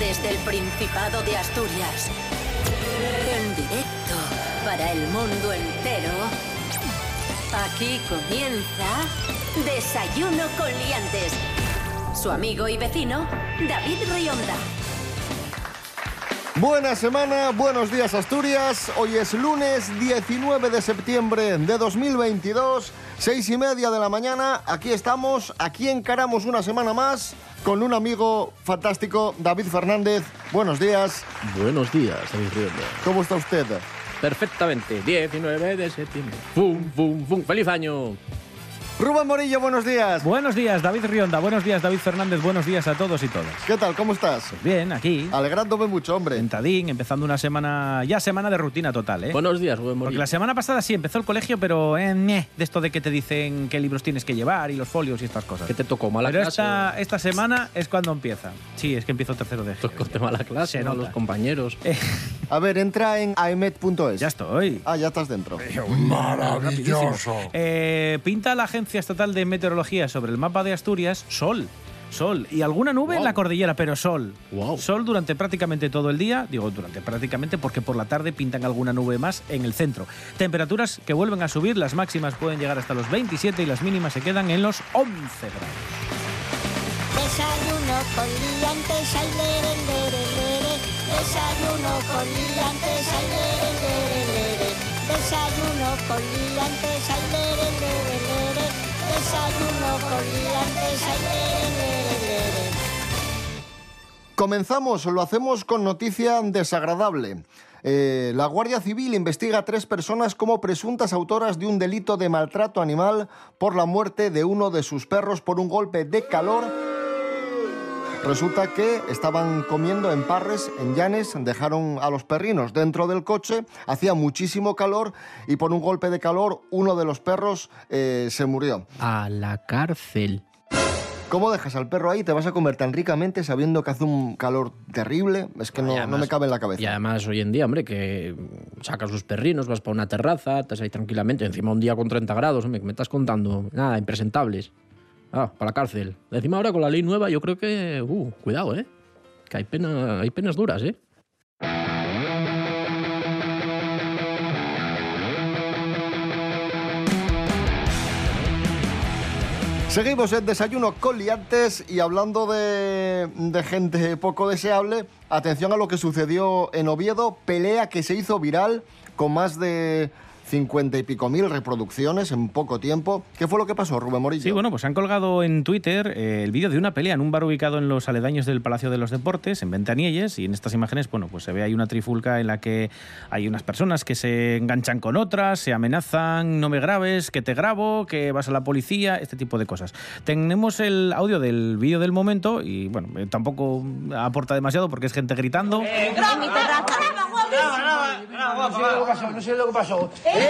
desde el Principado de Asturias. En directo para el mundo entero. Aquí comienza Desayuno con Liantes. Su amigo y vecino, David Rionda. Buena semana, buenos días Asturias. Hoy es lunes 19 de septiembre de 2022, 6:30 de la mañana. Aquí estamos, aquí encaramos una semana más con un amigo fantástico, David Fernández. Buenos días. Buenos días, David Rionda. ¿Cómo está usted? Perfectamente, 19 de septiembre. ¡Fum, fum, fum! ¡Feliz año! Rubén Morillo, buenos días. Buenos días, David Rionda. Buenos días, David Fernández. Buenos días a todos y todas. ¿Qué tal? ¿Cómo estás? Pues bien, aquí. Alegrándome mucho, hombre. Sentadín, empezando una semana, ya semana de rutina total, ¿eh? Buenos días, Rubén Morillo. Porque la semana pasada sí empezó el colegio, pero de esto de que te dicen qué libros tienes que llevar y los folios y estas cosas. ¿Qué te tocó? ¿Mala pero clase? esta semana es cuando empieza. Sí, es que empiezo tercero de ¿Te tocó mala clase? Se ¿No? nota. Los compañeros. A ver, entra en aemet.es. Ya estoy. Ah, ya estás dentro. Maravilloso. Pinta la Agencia Estatal de Meteorología sobre el mapa de Asturias sol y alguna nube en la cordillera, pero sol. Wow. Sol durante prácticamente todo el día, digo durante prácticamente porque por la tarde pintan alguna nube más en el centro. Temperaturas que vuelven a subir, las máximas pueden llegar hasta los 27 y las mínimas se quedan en los 11 grados. Desayuno con liantes, ay, lere, lere, lere. Desayuno con liantes, ay, lere, lere, lere. Desayuno con liantes, ay, lere, lere, lere. Desayuno con liantes, ay, lere, lere, lere. Comenzamos, lo hacemos con noticia desagradable. La Guardia Civil investiga a 3 personas como presuntas autoras de un delito de maltrato animal por la muerte de uno de sus perros por un golpe de calor. Resulta que estaban comiendo en Parres, en Llanes, dejaron a los perrinos dentro del coche, hacía muchísimo calor y por un golpe de calor uno de los perros se murió. A la cárcel. ¿Cómo dejas al perro ahí? Te vas a comer tan ricamente sabiendo que hace un calor terrible. Es que no me cabe en la cabeza. Y además hoy en día, hombre, que sacas los perrinos, vas para una terraza, estás ahí tranquilamente, encima un día con 30 grados, hombre, que me estás contando. Nada, impresentables. Ah, para la cárcel. Encima ahora con la ley nueva yo creo que... cuidado, que hay penas duras, Seguimos en Desayuno con Liantes y hablando de gente poco deseable, atención a lo que sucedió en Oviedo, pelea que se hizo viral con más de 50 y pico mil reproducciones en poco tiempo. ¿Qué fue lo que pasó, Rubén Morillo? Sí, bueno, pues han colgado en Twitter el vídeo de una pelea en un bar ubicado en los aledaños del Palacio de los Deportes, en Ventanielles, y en estas imágenes, bueno, pues se ve ahí una trifulca en la que hay unas personas que se enganchan con otras, se amenazan, no me grabes, que te grabo, que vas a la policía, este tipo de cosas. Tenemos el audio del vídeo del momento y, bueno, tampoco aporta demasiado porque es gente gritando. No sé lo que pasó.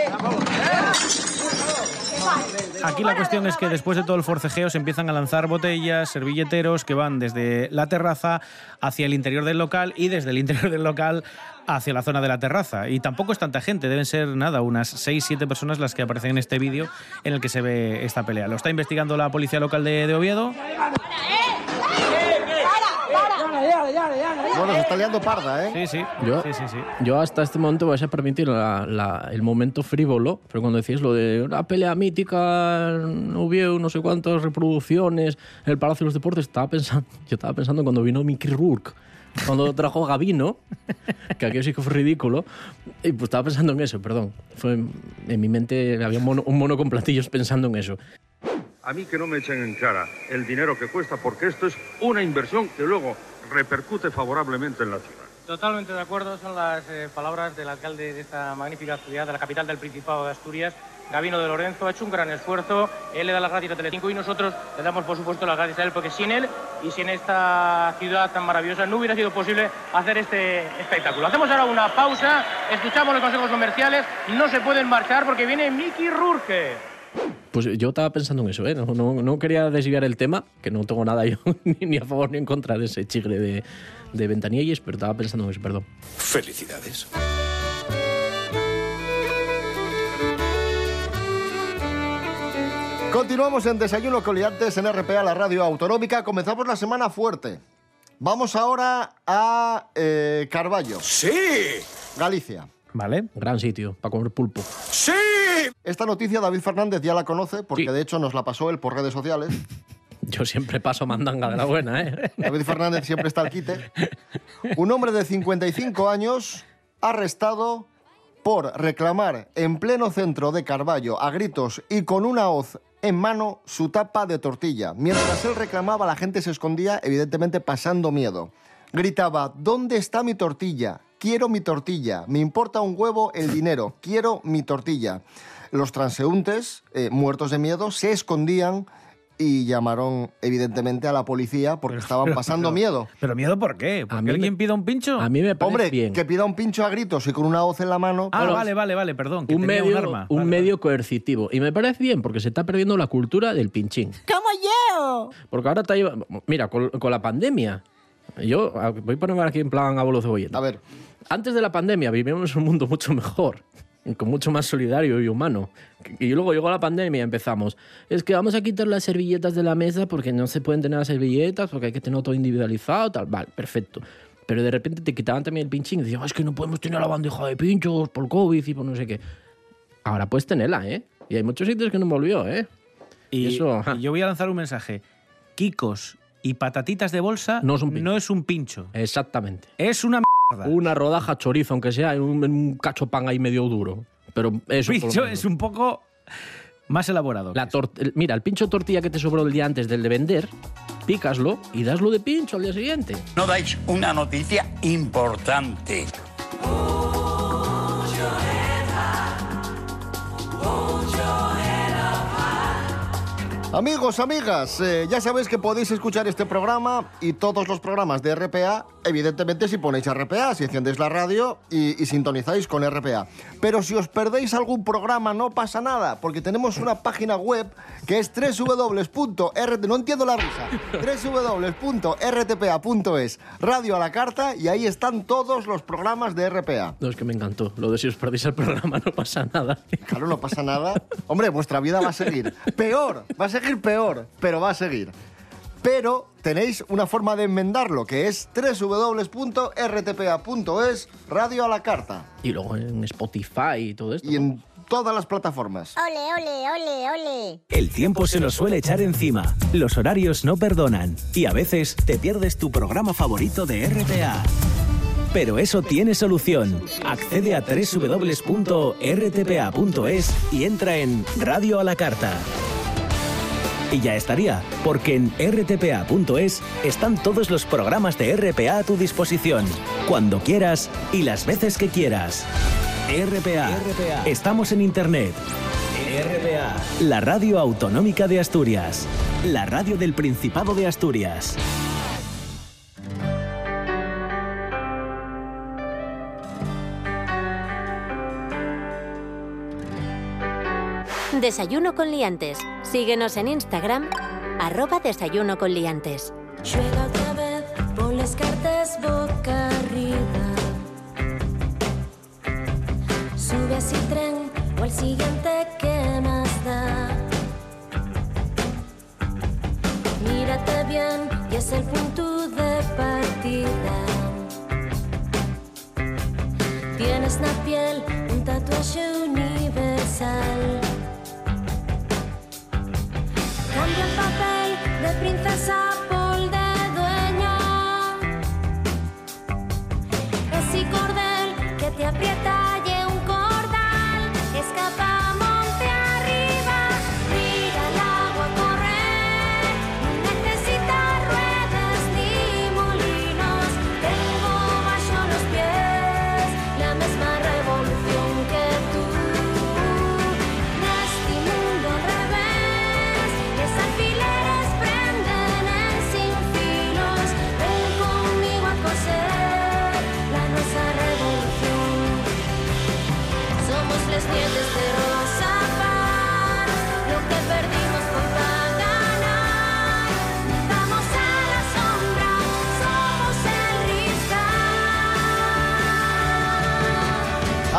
Aquí la cuestión es que después de todo el forcejeo se empiezan a lanzar botellas, servilleteros que van desde la terraza hacia el interior del local y desde el interior del local hacia la zona de la terraza. Y tampoco es tanta gente, deben ser unas 6-7 personas las que aparecen en este vídeo en el que se ve esta pelea. Lo está investigando la policía local de Oviedo. Bueno, se está liando parda, ¿eh? Sí. Yo hasta este momento voy a permitir el momento frívolo, pero cuando decís lo de una pelea mítica, no hubo no sé cuántas reproducciones en el Palacio de los Deportes, yo estaba pensando cuando vino Mickey Rourke, cuando trajo Gabino, que aquello sí que fue ridículo, y pues estaba pensando en eso, perdón. En mi mente había un mono con platillos pensando en eso. A mí que no me echen en cara el dinero que cuesta, porque esto es una inversión que luego repercute favorablemente en la ciudad. Totalmente de acuerdo, son las palabras del alcalde de esta magnífica ciudad, de la capital del Principado de Asturias, Gabino de Lorenzo. Ha hecho un gran esfuerzo, él le da las gracias a Telecinco y nosotros le damos por supuesto las gracias a él, porque sin él y sin esta ciudad tan maravillosa no hubiera sido posible hacer este espectáculo. Hacemos ahora una pausa, escuchamos los consejos comerciales, no se pueden marchar porque viene Mickey Rourke. Pues yo estaba pensando en eso, no quería desviar el tema, que no tengo nada yo ni a favor ni en contra de ese chigre de Ventanielles, pero estaba pensando en eso, perdón. Felicidades. Continuamos en Desayuno con Liantes en RPA, la radio autonómica. Comenzamos la semana fuerte. Vamos ahora a Carballo. ¡Sí! Galicia. Vale. Gran sitio para comer pulpo. ¡Sí! Esta noticia David Fernández ya la conoce porque Sí. de hecho nos la pasó él por redes sociales. Yo siempre paso mandanga de la buena, ¿eh? David Fernández siempre está al quite. Un hombre de 55 años arrestado por reclamar en pleno centro de Carballo a gritos y con una hoz en mano su tapa de tortilla. Mientras él reclamaba, la gente se escondía, evidentemente pasando miedo. Gritaba: ¿dónde está mi tortilla? Quiero mi tortilla. Me importa un huevo el dinero. Quiero mi tortilla. Los transeúntes, muertos de miedo, se escondían y llamaron, evidentemente, a la policía porque estaban pasando miedo. ¿Pero miedo por qué? A ¿Porque mí alguien me- pida un pincho? A mí me parece Hombre, bien. que pida un pincho a gritos y con una hoz en la mano. Ah, Bueno, vale, perdón. Que un tenía medio, un arma. un Vale, medio coercitivo. Y me parece bien porque se está perdiendo la cultura del pinchín. ¡Como yo! Porque ahora te lleva... Mira, con la pandemia... Yo voy a ponerme aquí en plan abuelo cebolleta. A ver, Antes de la pandemia vivíamos en un mundo mucho mejor, con mucho más solidario y humano. Y luego llegó la pandemia y empezamos. Es que vamos a quitar las servilletas de la mesa porque no se pueden tener las servilletas, porque hay que tener todo individualizado, tal. Vale, perfecto. Pero de repente te quitaban también el pinchín y decían: es que no podemos tener la bandeja de pinchos por COVID y por no sé qué. Ahora puedes tenerla, ¿eh? Y hay muchos sitios que no volvió, ¿eh? Y, eso, ajá. y yo voy a lanzar un mensaje. Kikos y patatitas de bolsa No es un pincho. no es un pincho. Exactamente. Es una mierda. Una rodaja chorizo, aunque sea en un cacho pan ahí medio duro. Pero eso... por lo Pincho menos. es un poco más elaborado. Mira, el pincho de tortilla que te sobró el día antes del de vender, pícaslo y daslo de pincho al día siguiente. No dais una noticia importante. amigos, amigas, ya sabéis que podéis escuchar este programa y todos los programas de RPA, evidentemente si ponéis RPA, si enciendéis la radio y sintonizáis con RPA. Pero si os perdéis algún programa no pasa nada, porque tenemos una página web que es no entiendo la risa, www.rtpa.es, radio a la carta, y ahí están todos los programas de RPA. No, es que me encantó. Lo de si os perdéis el programa no pasa nada. Claro, no pasa nada. Hombre, vuestra vida va a seguir peor, va a seguir peor, pero va a seguir. Pero tenéis una forma de enmendarlo, que es www.rtpa.es, radio a la carta. Y luego en Spotify y todo esto. Y en todas las plataformas. ¡Ole, ole, ole, ole! El tiempo se nos suele echar encima, los horarios no perdonan y a veces te pierdes tu programa favorito de RPA. Pero eso tiene solución. Accede a www.rtpa.es y entra en Radio a la Carta. Y ya estaría, porque en rtpa.es están todos los programas de RPA a tu disposición, cuando quieras y las veces que quieras. RPA. Estamos en Internet. RPA. La radio autonómica de Asturias. La radio del Principado de Asturias. Desayuno con liantes. Síguenos en Instagram, @desayunoconliantes. Juega otra vez, pon las cartas boca arriba. Sube a ese tren o al siguiente, ¿qué más da? Mírate bien y es el punto de partida. Tienes la piel un tatuaje universal. Cambia el papel de princesa por de dueña. Ese cordel que te aprieta y un cordal. Escapa monte arriba, mira el agua correr. No necesita ruedas ni molinos. Tengo bajo los pies la misma revolución que tú.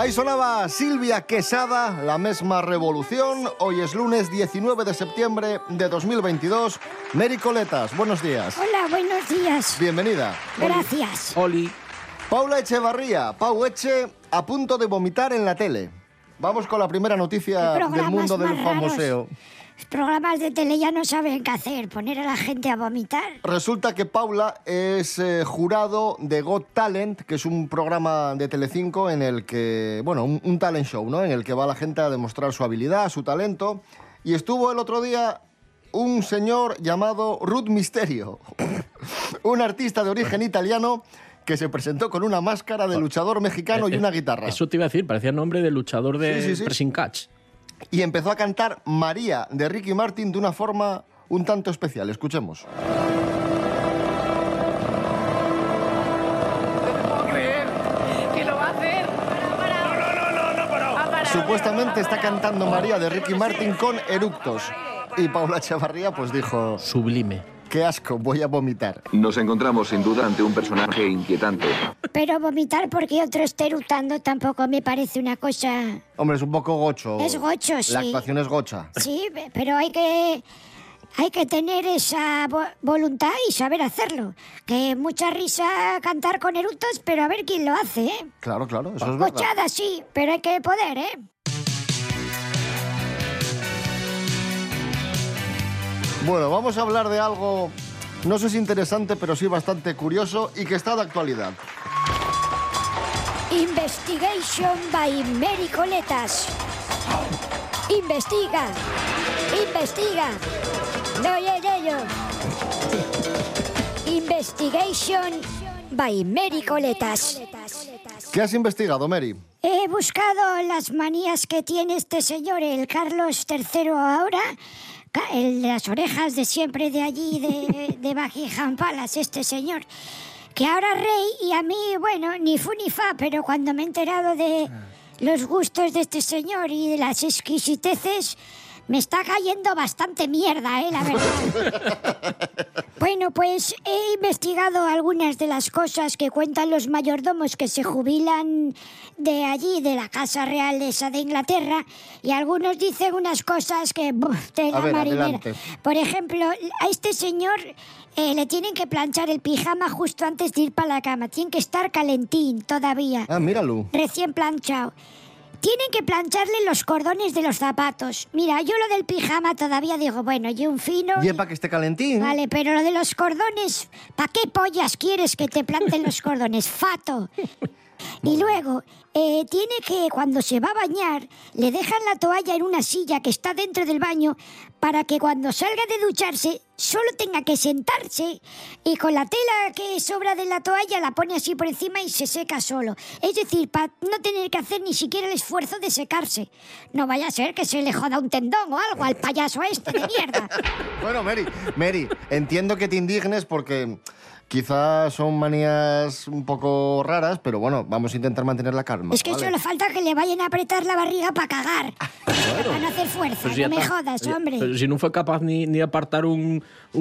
Ahí sonaba Silvia Quesada, La Mesma Revolución. Hoy es lunes 19 de septiembre de 2022. Mary Coletas, buenos días. Hola, buenos días. Bienvenida. Gracias. Oli. Paula Echevarría, Pau Eche, a punto de vomitar en la tele. Vamos con la primera noticia del mundo del famoseo. Los programas de tele ya no saben qué hacer, poner a la gente a vomitar. Resulta que Paula es jurado de Got Talent, que es un programa de Telecinco en el que, bueno, un talent show, ¿no? En el que va la gente a demostrar su habilidad, su talento. Y estuvo el otro día un señor llamado Ruth Misterio, un artista de origen italiano que se presentó con una máscara de luchador mexicano y una guitarra. Eso te iba a decir, parecía nombre de luchador de pressing catch. Y empezó a cantar María de Ricky Martin de una forma un tanto especial. Escuchemos. ¿Que lo va a hacer? No. Supuestamente está cantando María de Ricky Martin con eructos. Y Paula Echevarría pues dijo... Sublime. ¡Qué asco! Voy a vomitar. Nos encontramos sin duda ante un personaje inquietante. Pero vomitar porque otro esté eructando tampoco me parece una cosa... Hombre, es un poco gocho. Es gocho, sí. La actuación es gocha. Sí, pero hay que tener esa voluntad y saber hacerlo. Que mucha risa cantar con eructos, pero a ver quién lo hace, ¿eh? Claro, eso es verdad. Gochada sí, pero hay que poder, ¿eh? Bueno, vamos a hablar de algo, no sé si interesante, pero sí bastante curioso y que está de actualidad. Investigation by Mary Coletas. Investiga. No, yo. Investigation by Mary Coletas. ¿Qué has investigado, Mary? He buscado las manías que tiene este señor, el Carlos III ahora... El de las orejas de siempre de allí, de Buckingham Palace, este señor, que ahora es rey y a mí, bueno, ni fu ni fa, pero cuando me he enterado de los gustos de este señor y de las exquisiteces, me está cayendo bastante mierda, la verdad. Bueno, pues he investigado algunas de las cosas que cuentan los mayordomos que se jubilan de allí, de la Casa Real esa de Inglaterra, y algunos dicen unas cosas que... de la marinera. Adelante. Por ejemplo, a este señor le tienen que planchar el pijama justo antes de ir para la cama. Tiene que estar calentín todavía. Ah, míralo. Recién planchado. Tienen que plancharle los cordones de los zapatos. Mira, yo lo del pijama todavía digo, bueno, y un fino... Y es para que esté calentín. Vale, pero lo de los cordones, ¿para qué pollas quieres que te planten los cordones? Fato. Y luego, tiene que, cuando se va a bañar, le dejan la toalla en una silla que está dentro del baño para que cuando salga de ducharse solo tenga que sentarse y con la tela que sobra de la toalla la pone así por encima y se seca solo. Es decir, para no tener que hacer ni siquiera el esfuerzo de secarse. No vaya a ser que se le joda un tendón o algo al payaso este de mierda. Bueno, Mary, entiendo que te indignes porque... Quizás son manías un poco raras, pero bueno, vamos a intentar mantener la calma. Es que solo falta que le vayan a apretar la barriga para cagar. Van a hacer fuerza, Pues no me jodas, hombre. Pero si no fue capaz ni apartar un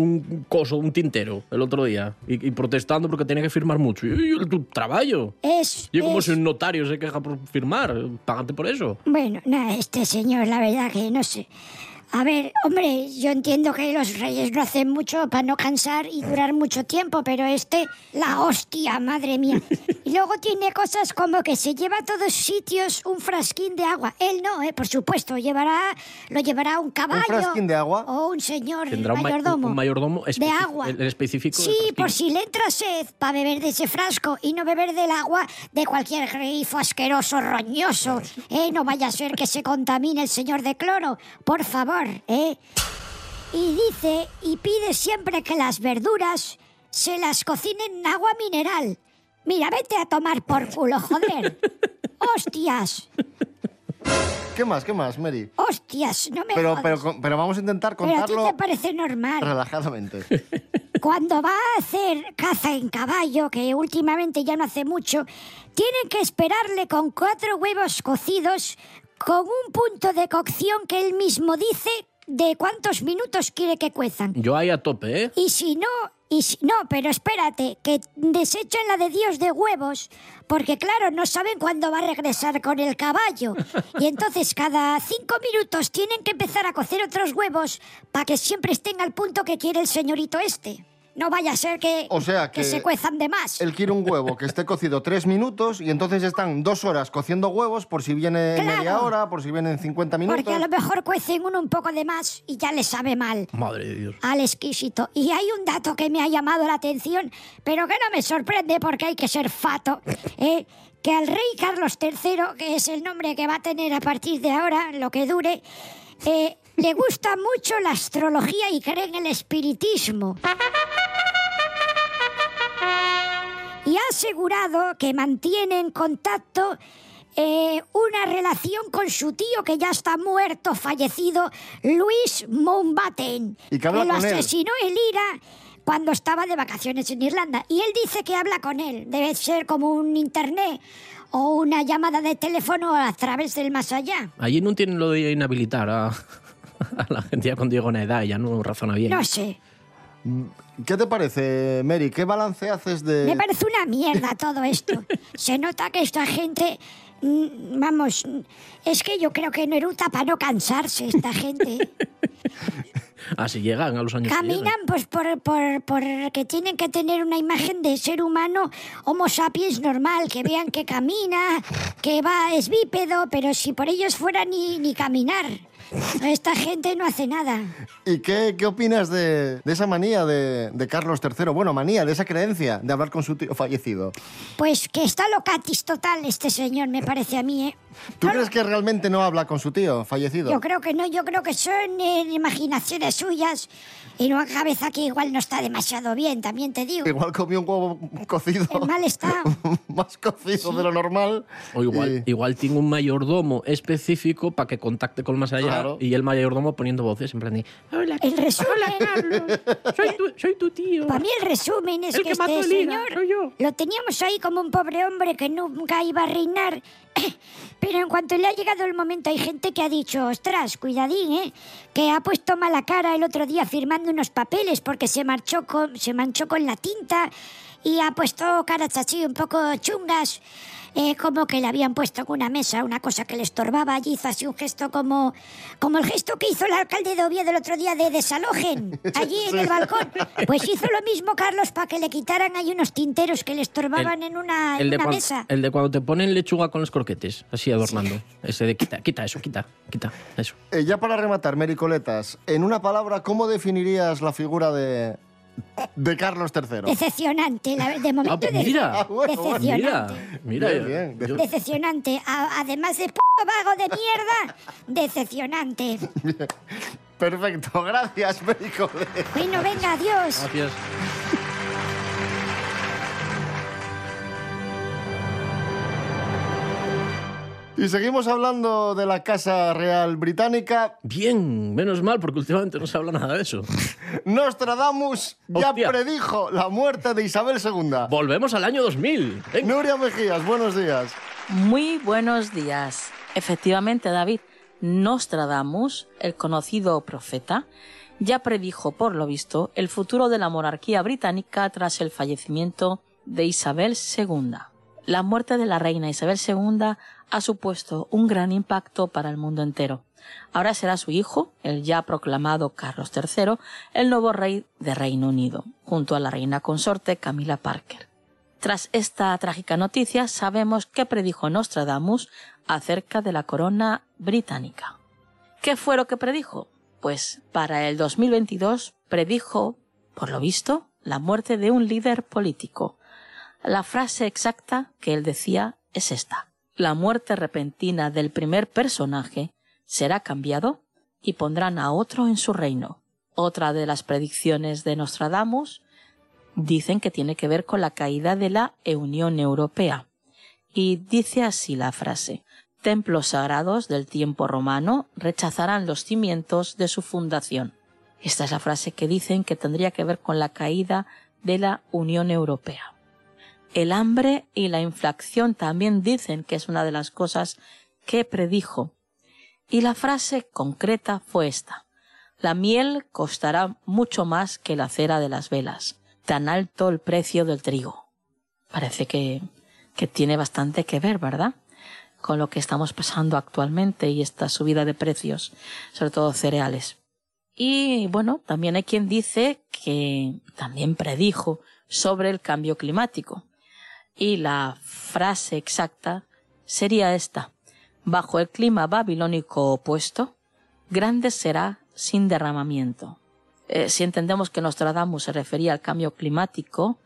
tintero el otro día y protestando porque tenía que firmar mucho. Y tu trabajo. Yo como si un notario se queja por firmar, págate por eso. Bueno, nada, este señor, la verdad que no sé. A ver, hombre, yo entiendo que los reyes no hacen mucho para no cansar y durar mucho tiempo, pero la hostia, madre mía. Y luego tiene cosas como que se lleva a todos sitios un frasquín de agua. Él no, por supuesto, lo llevará un caballo. ¿Un frasquín de agua? O un señor ¿Tendrá mayordomo. un mayordomo de agua. El específico? Sí, por si le entra sed, para beber de ese frasco y no beber del agua de cualquier grifo asqueroso, roñoso. No vaya a ser que se contamine el señor de cloro, por favor. Y dice y pide siempre que las verduras se las cocinen en agua mineral. Mira, vete a tomar por culo, joder. ¡Hostias! ¿Qué más, Mary? ¡Hostias! No me jodas. Pero vamos a intentar contarlo... ¿Pero a ti te parece normal? Relajadamente. Cuando va a hacer caza en caballo, que últimamente ya no hace mucho, tienen que esperarle con 4 huevos cocidos con un punto de cocción que él mismo dice de cuántos minutos quiere que cuezan. Yo ahí a tope, ¿eh? Y si no, no, pero espérate, que desechen la de Dios de huevos, porque claro, no saben cuándo va a regresar con el caballo. Y entonces cada 5 minutos tienen que empezar a cocer otros huevos para que siempre estén al punto que quiere el señorito este. No vaya a ser que se cuezan de más. Él quiere un huevo que esté cocido 3 minutos y entonces están 2 horas cociendo huevos por si viene media hora, por si vienen 50 minutos. Porque a lo mejor cuecen uno un poco de más y ya les sabe mal. Madre de Dios. Al exquisito. Y hay un dato que me ha llamado la atención, pero que no me sorprende porque hay que ser fato. Que al rey Carlos III, que es el nombre que va a tener a partir de ahora, lo que dure, le gusta mucho la astrología y cree en el espiritismo. Y ha asegurado que mantiene en contacto una relación con su tío que ya está muerto, fallecido, Luis Mountbatten, y que habla lo con él. asesinó el IRA cuando estaba de vacaciones en Irlanda. Y él dice que habla con él. Debe ser como un internet o una llamada de teléfono a través del más allá. Allí no tienen lo de inhabilitar a la gente ya con Diego en edad, ya no razona bien. No sé. ¿Qué te parece, Mary? ¿Qué balance haces de...? Me parece una mierda todo esto. Se nota que esta gente... Vamos, es que yo creo que no eruta para no cansarse esta gente. Así llegan a los años. Caminan pues porque tienen que tener una imagen de ser humano homo sapiens normal, que vean que camina, que es bípedo, pero si por ellos fuera ni caminar. Esta gente no hace nada. ¿Y qué opinas de esa manía de Carlos III? Bueno, manía, de esa creencia de hablar con su tío fallecido. Pues que está locatis total este señor, me parece a mí, ¿eh? ¿Tú crees que realmente no habla con su tío fallecido? Yo creo que no, yo creo que son imaginaciones suyas y una cabeza que igual no está demasiado bien, también te digo. Igual comió un huevo cocido. En mal estado. Más cocido de lo normal. O igual tiene un mayordomo específico para que contacte con el más allá. Claro. Y el mayordomo poniendo voces en plan de... Hola, el resumen, hola Carlos, soy tu tío. Para mí el resumen es el que mató este el IRA, señor soy yo. Lo teníamos ahí como un pobre hombre que nunca iba a reinar. Pero en cuanto le ha llegado el momento hay gente que ha dicho, ostras, cuidadín, que ha puesto mala cara el otro día firmando unos papeles porque se manchó con la tinta y ha puesto caras así un poco chungas, como que le habían puesto en una mesa una cosa que le estorbaba. Allí hizo así un gesto como el gesto que hizo el alcalde de Oviedo el otro día de desalojen, allí en el balcón. Pues hizo lo mismo Carlos para que le quitaran ahí unos tinteros que le estorbaban en una mesa. El de cuando te ponen lechuga con los croquetes, así adornando. Sí. Ese de quita eso. Ya para rematar, Mary Coletas, en una palabra, ¿cómo definirías la figura de Carlos III? Decepcionante, de momento. Decepcionante. Mira, bien. Decepcionante. Además de vago de mierda, decepcionante. Perfecto, gracias, Mary Coletas. Bueno, venga, adiós. Gracias. Y seguimos hablando de la Casa Real Británica. Bien, menos mal, porque últimamente no se habla nada de eso. Nostradamus ya predijo la muerte de Isabel II. Volvemos al año 2000. Venga. Nuria Mejías, buenos días. Muy buenos días. Efectivamente, David, Nostradamus, el conocido profeta, ya predijo, por lo visto, el futuro de la monarquía británica tras el fallecimiento de Isabel II. La muerte de la reina Isabel II ha supuesto un gran impacto para el mundo entero. Ahora será su hijo, el ya proclamado Carlos III, el nuevo rey de Reino Unido, junto a la reina consorte Camilla Parker. Tras esta trágica noticia, sabemos qué predijo Nostradamus acerca de la corona británica. ¿Qué fue lo que predijo? Pues para el 2022 predijo, por lo visto, la muerte de un líder político. La frase exacta que él decía es esta: la muerte repentina del primer personaje será cambiado y pondrán a otro en su reino. Otra de las predicciones de Nostradamus dicen que tiene que ver con la caída de la Unión Europea. Y dice así la frase: templos sagrados del tiempo romano rechazarán los cimientos de su fundación. Esta es la frase que dicen que tendría que ver con la caída de la Unión Europea. El hambre y la inflación también dicen que es una de las cosas que predijo. Y la frase concreta fue esta: La miel costará mucho más que la cera de las velas. Tan alto el precio del trigo. Parece que tiene bastante que ver, ¿verdad?, con lo que estamos pasando actualmente y esta subida de precios, sobre todo cereales. Y bueno, también hay quien dice que también predijo sobre el cambio climático. Y la frase exacta sería esta: bajo el clima babilónico opuesto, grande será sin derramamiento. Si entendemos que Nostradamus se refería al cambio climático,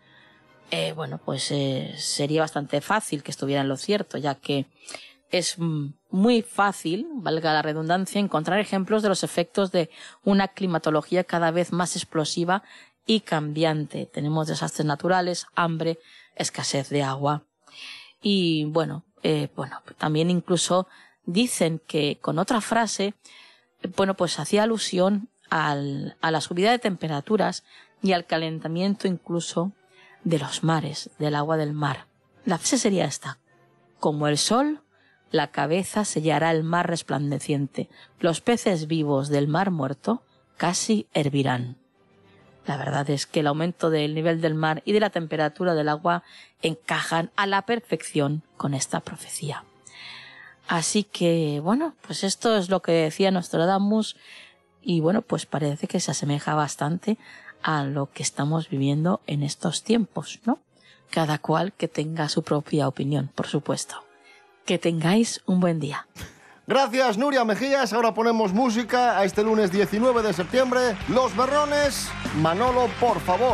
sería bastante fácil que estuviera en lo cierto, ya que es muy fácil, valga la redundancia, encontrar ejemplos de los efectos de una climatología cada vez más explosiva y cambiante. Tenemos desastres naturales, hambre, escasez de agua. Y también incluso dicen que con otra frase, hacía alusión a la subida de temperaturas y al calentamiento incluso de los mares, del agua del mar. La frase sería esta: como el sol, la cabeza sellará el mar resplandeciente. Los peces vivos del mar muerto casi hervirán. La verdad es que el aumento del nivel del mar y de la temperatura del agua encajan a la perfección con esta profecía. Así que, esto es lo que decía Nostradamus y, parece que se asemeja bastante a lo que estamos viviendo en estos tiempos, ¿no? Cada cual que tenga su propia opinión, por supuesto. Que tengáis un buen día. Gracias, Nuria Mejías. Ahora ponemos música a este lunes 19 de septiembre. Los Berrones, Manolo, por favor.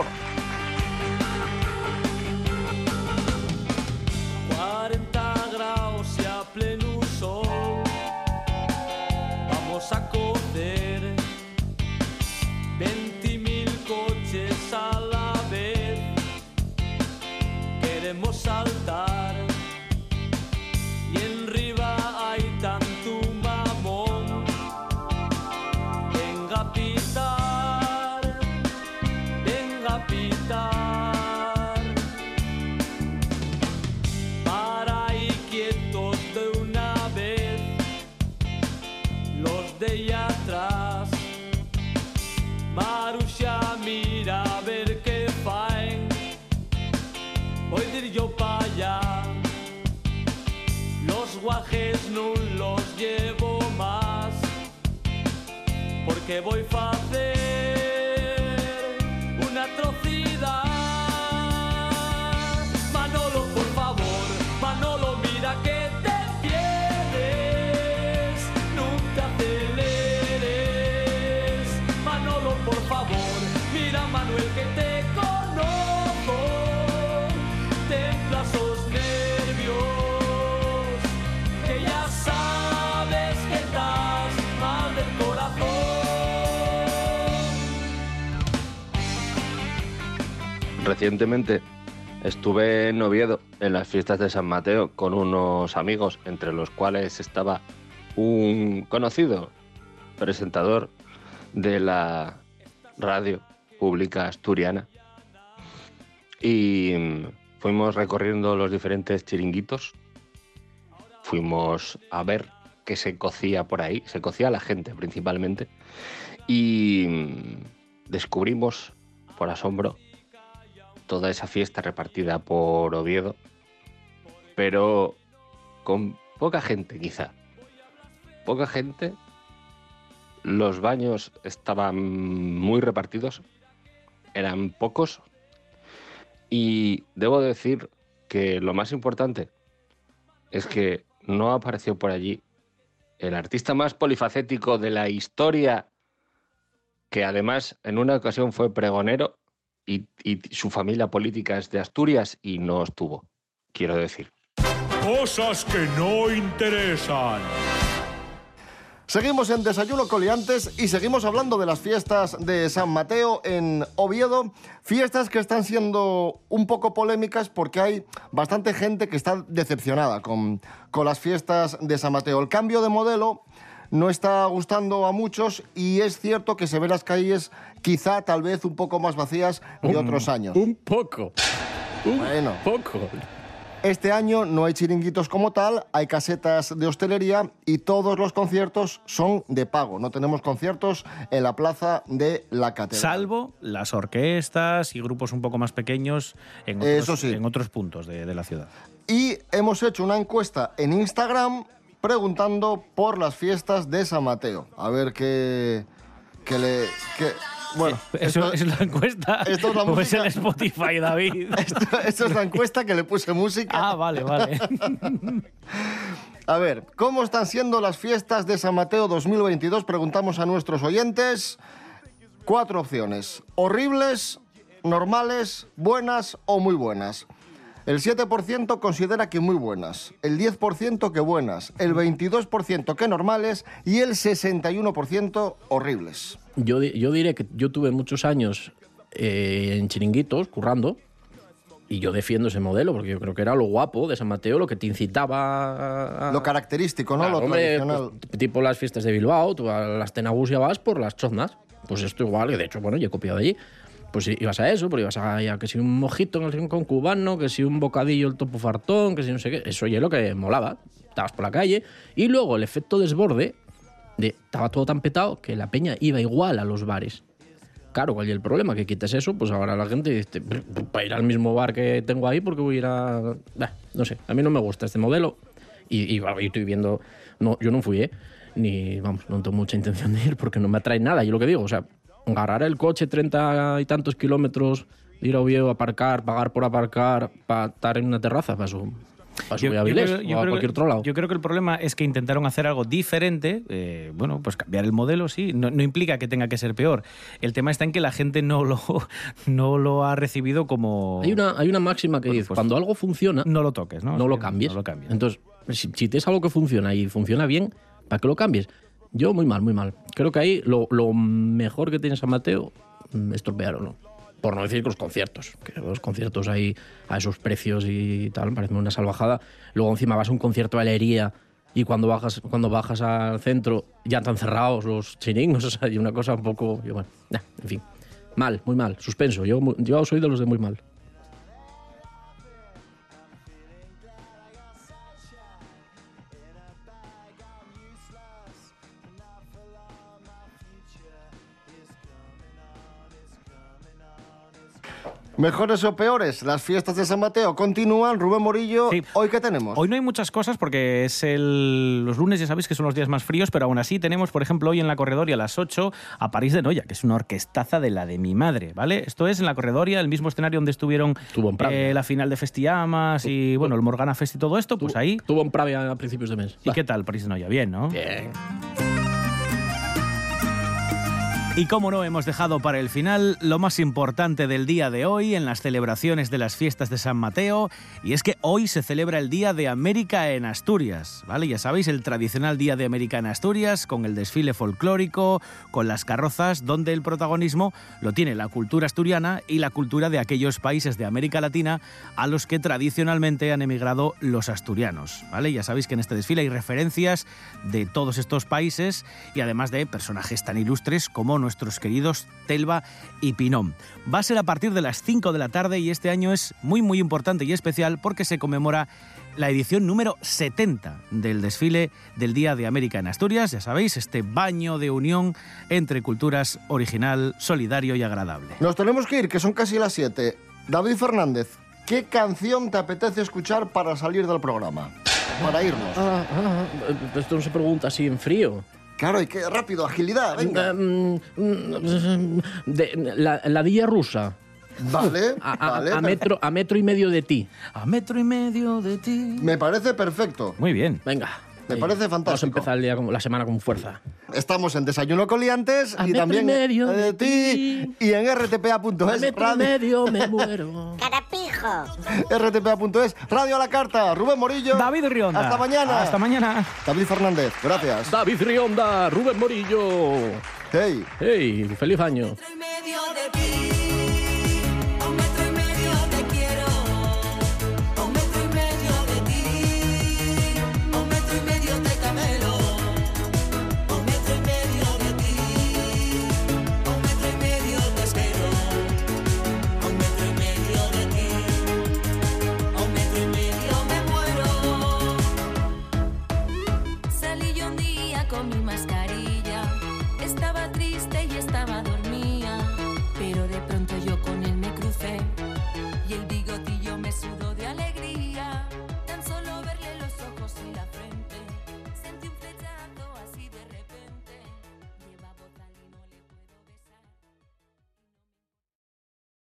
40 grados y a pleno sol, vamos a cocer 20.000 coches a la vez, queremos saltar y en Riva hay tanto mamón. Venga a pitar, venga a pitar, para ahí quietos de una vez, los de allá atrás. Marusha, mira a ver qué faen, voy a ir yo para allá. Los guajes no los llevo más, porque voy a hacer una atrocidad. Manolo, por favor, Manolo, mira que te pierdes, nunca aceleres. Manolo, por favor, mira Manuel que te conozco, templa esos nervios, que ya sabes que estás mal del corazón. Recientemente estuve en Oviedo en las fiestas de San Mateo con unos amigos, entre los cuales estaba un conocido presentador de la radio pública asturiana, y fuimos recorriendo los diferentes chiringuitos. Fuimos a ver qué se cocía por ahí, se cocía la gente principalmente, y descubrimos por asombro toda esa fiesta repartida por Oviedo, pero con poca gente quizá. Poca gente, los baños estaban muy repartidos, eran pocos, y debo decir que lo más importante es que no apareció por allí el artista más polifacético de la historia, que además en una ocasión fue pregonero y su familia política es de Asturias y no estuvo, quiero decir. Cosas que no interesan. Seguimos en Desayuno con Liantes y seguimos hablando de las fiestas de San Mateo en Oviedo. Fiestas que están siendo un poco polémicas porque hay bastante gente que está decepcionada con las fiestas de San Mateo. El cambio de modelo no está gustando a muchos y es cierto que se ven las calles quizá tal vez un poco más vacías de otros años. Un poco. Bueno. Poco. Este año no hay chiringuitos como tal, hay casetas de hostelería y todos los conciertos son de pago. No tenemos conciertos en la plaza de la Catedral. Salvo las orquestas y grupos un poco más pequeños en otros, Eso sí. en otros puntos de la ciudad. Y hemos hecho una encuesta en Instagram preguntando por las fiestas de San Mateo. A ver bueno, ¿Eso es la encuesta? Esto es la ¿O es música? el Spotify, David? Esto es la encuesta que le puse música. Ah, vale. A ver, ¿cómo están siendo las fiestas de San Mateo 2022? Preguntamos a nuestros oyentes. 4 opciones. Horribles, normales, buenas o muy buenas. El 7% considera que muy buenas, el 10% que buenas, el 22% que normales y el 61% horribles. Yo diré que yo tuve muchos años en chiringuitos, currando, y yo defiendo ese modelo, porque yo creo que era lo guapo de San Mateo, lo que te incitaba a... Lo característico, ¿no? Claro, Lo hombre, tradicional. pues, tipo las fiestas de Bilbao, tú a las Tenagusia vas por las choznas. Pues esto igual, que de hecho, bueno, yo he copiado de allí. Pues ibas a eso, pero ibas a que si un mojito en el rincón cubano, que si un bocadillo el topo fartón, que si no sé qué. Eso ya es lo que molaba. Estabas por la calle. Y luego el efecto desborde, estaba todo tan petado que la peña iba igual a los bares. Claro, ¿cuál es el problema? Que quites eso, pues ahora la gente dice, para ir al mismo bar que tengo ahí, porque voy a ir a... no sé, a mí no me gusta este modelo. Y estoy viendo... No, yo no fui, ni, vamos, no tengo mucha intención de ir porque no me atrae nada. Yo lo que digo, o sea, agarrar el coche 30 y tantos kilómetros, ir a Oviedo a aparcar, pagar por aparcar, para estar en una terraza, para eso voy a Avilés o a cualquier otro lado. Yo creo que el problema es que intentaron hacer algo diferente. Bueno, pues cambiar el modelo, sí. No implica que tenga que ser peor. El tema está en que la gente no lo ha recibido como... Hay una máxima que dice, cuando algo funciona... No lo toques, ¿no? No lo cambies. No lo cambies. Entonces, si tienes algo que funciona y funciona bien, ¿para qué lo cambies? Yo muy mal, muy mal. Creo que ahí lo mejor que tiene San Mateo, estropearon, por no decir que los conciertos. Que los conciertos ahí a esos precios y tal, me parece una salvajada. Luego encima vas a un concierto de alegría y cuando bajas al centro ya están cerrados los chiringos, o sea, y una cosa un poco... Bueno, en fin, mal, muy mal, suspenso. Yo soy de los de muy mal. ¿Mejores o peores? Las fiestas de San Mateo continúan. Rubén Morillo, sí. ¿Hoy qué tenemos? Hoy no hay muchas cosas porque es los lunes, ya sabéis que son los días más fríos, pero aún así tenemos, por ejemplo, hoy en la Corredoria a las 8 a París de Noia, que es una orquestaza de la de mi madre, ¿vale? Esto es en la Corredoria, el mismo escenario donde estuvieron la final de Festiamas y, bueno, el Morgana Fest y todo esto, pues ahí... Estuvo en Pravia a principios de mes. ¿Y qué tal París de Noia? Bien, ¿no? Bien. Y cómo no, hemos dejado para el final lo más importante del día de hoy en las celebraciones de las fiestas de San Mateo, y es que hoy se celebra el Día de América en Asturias, ¿vale? Ya sabéis, el tradicional Día de América en Asturias, con el desfile folclórico, con las carrozas, donde el protagonismo lo tiene la cultura asturiana y la cultura de aquellos países de América Latina a los que tradicionalmente han emigrado los asturianos, ¿vale? Ya sabéis que en este desfile hay referencias de todos estos países y además de personajes tan ilustres como nuestros queridos Telva y Pinón. Va a ser a partir de las 5 de la tarde y este año es muy muy importante y especial porque se conmemora la edición número 70 del desfile del Día de América en Asturias. Ya sabéis, este baño de unión entre culturas original, solidario y agradable. Nos tenemos que ir, que son casi las 7. David Fernández, ¿qué canción te apetece escuchar para salir del programa? Para irnos. Esto no se pregunta así en frío. Claro, y qué rápido, agilidad, venga. La Dilla Rusa. Vale, a metro y medio de ti. A metro y medio de ti. Me parece perfecto. Muy bien. Venga. Me parece fantástico. Vamos a empezar el día la semana con fuerza. Estamos en Desayuno con Liantes a y también medio de ti y en rtpa.es. A metro y medio me muero. ¡Carapijo! rtpa.es, Radio a la Carta. Rubén Morillo. David Rionda. Hasta mañana. Hasta mañana. David Fernández, gracias. David Rionda, Rubén Morillo. Hey. Hey, feliz año. Metro y medio de ti.